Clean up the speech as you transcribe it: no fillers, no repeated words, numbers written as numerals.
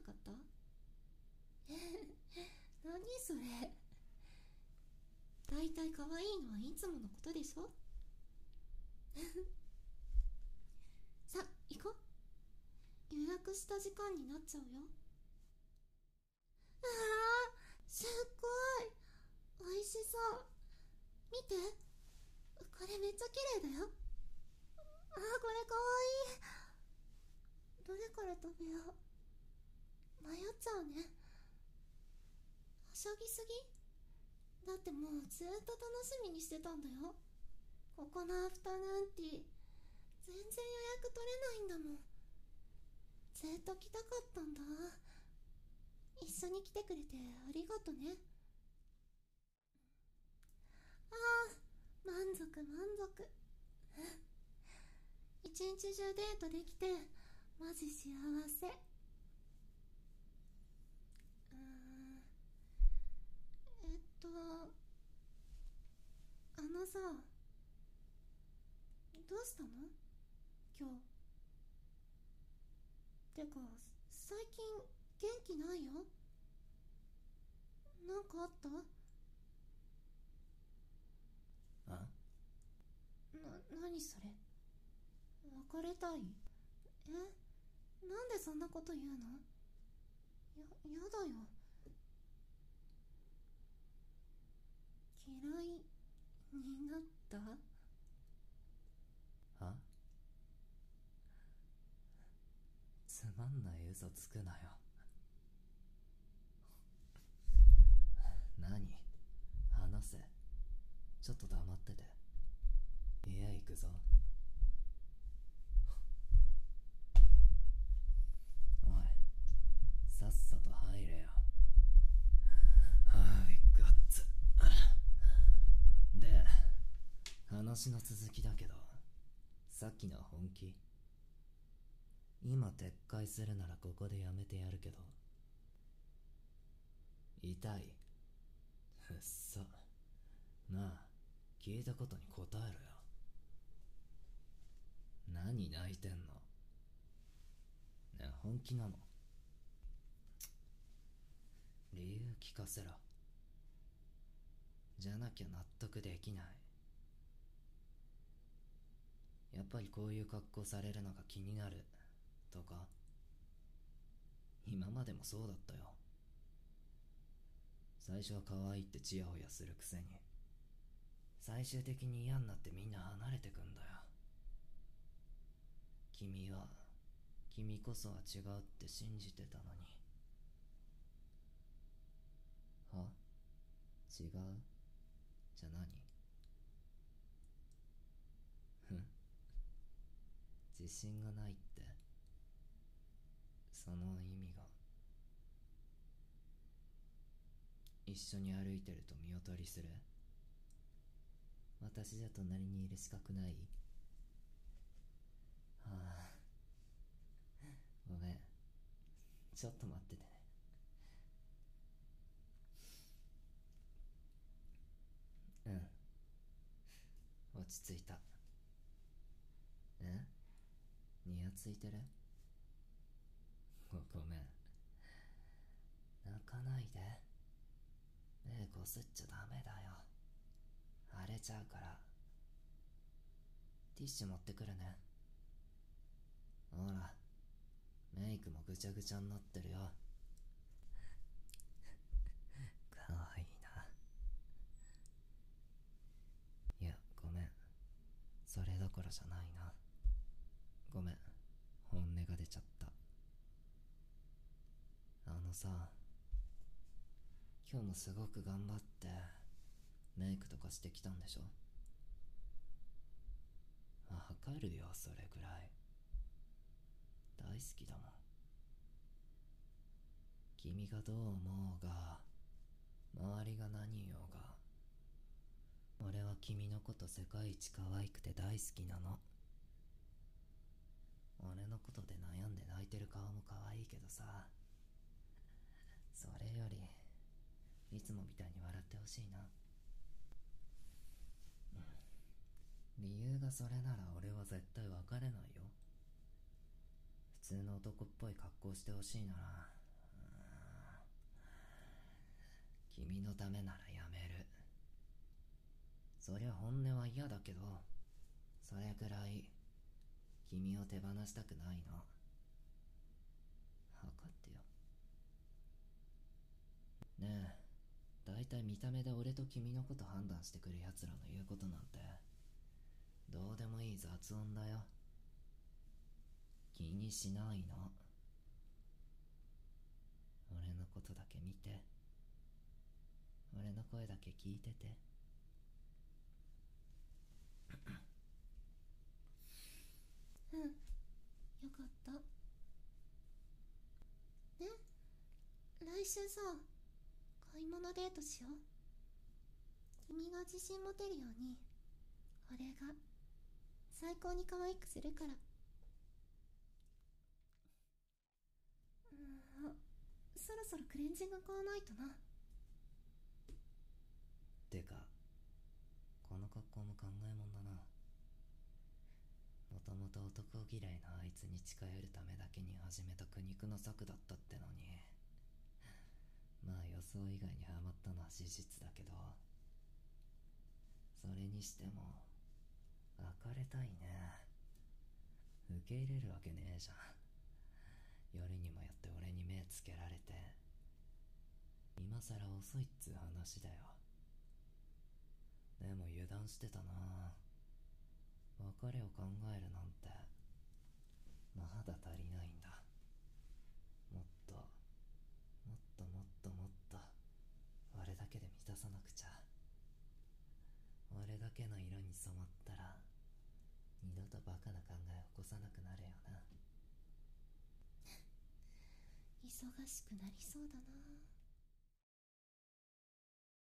かった？何それ。だいたい可愛いのはいつものことでしょ。さ、行こう。予約した時間になっちゃうよ。あー、すっごい美味しそう。見て、これめっちゃ綺麗だよ。あー、これかわいい。どれから食べよう。迷っちゃうね。はしゃぎすぎ。だってもうずっと楽しみにしてたんだよ、ここのアフタヌーンティー。全然予約取れないんだもん。ずっと来たかったんだ。一緒に来てくれてありがとね。ああ、満足満足。一日中デートできてマジ幸せ。えっとあのさ、どうしたの今日。てか最近元気ないよ。なんかあった？ あ？ 何それ。別れたい？え、なんでそんなこと言うの？やだよ。嫌いになった？ あ？つまんない嘘つくなよ。何？話せ。ちょっと黙ってて。家行くぞ。おい、さっさと入れよ。はい、ガッツ。で、話の続きだけど、さっきの本気？今撤回するならここでやめてやるけど。痛い？うっそ。なあ、聞いたことに答えろよ。何泣いてんの？ねえ、本気なの？理由聞かせろ。じゃなきゃ納得できない。やっぱりこういう格好されるのが気になるとか？今までもそうだったよ。最初は可愛いってチヤホヤするくせに、最終的に嫌になってみんな離れてくんだよ。君こそは違うって信じてたのに。は？違う？じゃ何？ふん、自信がないって？その意味が。一緒に歩いてると見劣りする？私じゃ隣にいる資格ない？はあ、ごめん。ちょっと待っててね。うん、落ち着いた。え？ニヤついてる？ごめん。泣かないで。目こすっちゃダメだよ。腫れちゃうから。ティッシュ持ってくるね。ほら、メイクもぐちゃぐちゃになってるよ。かわいいな。いや、ごめん。それどころじゃないな。ごめん。本音が出ちゃった。あのさ、今日もすごく頑張ってメイクとかしてきたんでしょ？わかるよ、それくらい。大好きだもん。君がどう思うが、周りが何言おうが、俺は君のこと世界一可愛くて大好きなの。俺のことで悩んで泣いてる顔も可愛いけどさ、それよりいつもみたいに笑ってほしいな。理由がそれなら俺は絶対別れないよ。普通の男っぽい格好してほしいなら君のためならやめる。そりゃ本音は嫌だけど、それくらい君を手放したくないの。分かってよ。ねえ、だいたい見た目で俺と君のこと判断してくる奴らの言うことなんてどうでもいい雑音だよ。気にしないの。俺のことだけ見て、俺の声だけ聞いてて。 うん、よかった。ね、来週さ、買い物デートしよう。君が自信持てるように俺が最高に可愛くするから。そろそろクレンジング買わないとな。 てか、この格好も考えもんだな。もともと男嫌いなあいつに近寄るためだけに始めた苦肉の策だったってのに、まあ予想以外にハマったのは事実だけど、それにしても別れたいね。受け入れるわけねえじゃん。夜にもやって俺に目つけられて、今さら遅いっつう話だよ。でも油断してたな。別れを考えるなんてまだ足りないんだ。もっともっともっともっと俺だけで満たさなくちゃ。俺だけの色に染まったら二度とバカな考えを起こさなくなるよな。 忙しくなりそうだな。